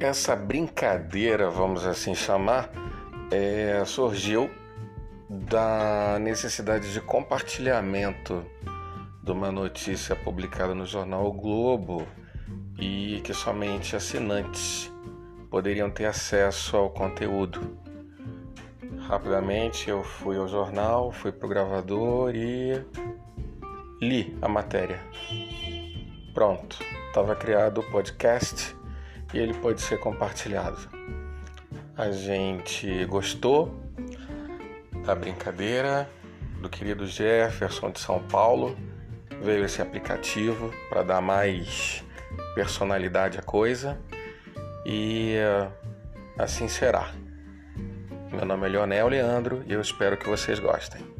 Essa brincadeira, vamos assim chamar, surgiu da necessidade de compartilhamento de uma notícia publicada no jornal O Globo e que somente assinantes poderiam ter acesso ao conteúdo. Rapidamente eu fui ao jornal, fui para o gravador e li a matéria. Pronto, estava criado o podcast e ele pode ser compartilhado. A gente gostou da brincadeira do querido Jefferson de São Paulo. Veio esse aplicativo para dar mais personalidade à coisa e assim será. Meu nome é Leonel Leandro e eu espero que vocês gostem.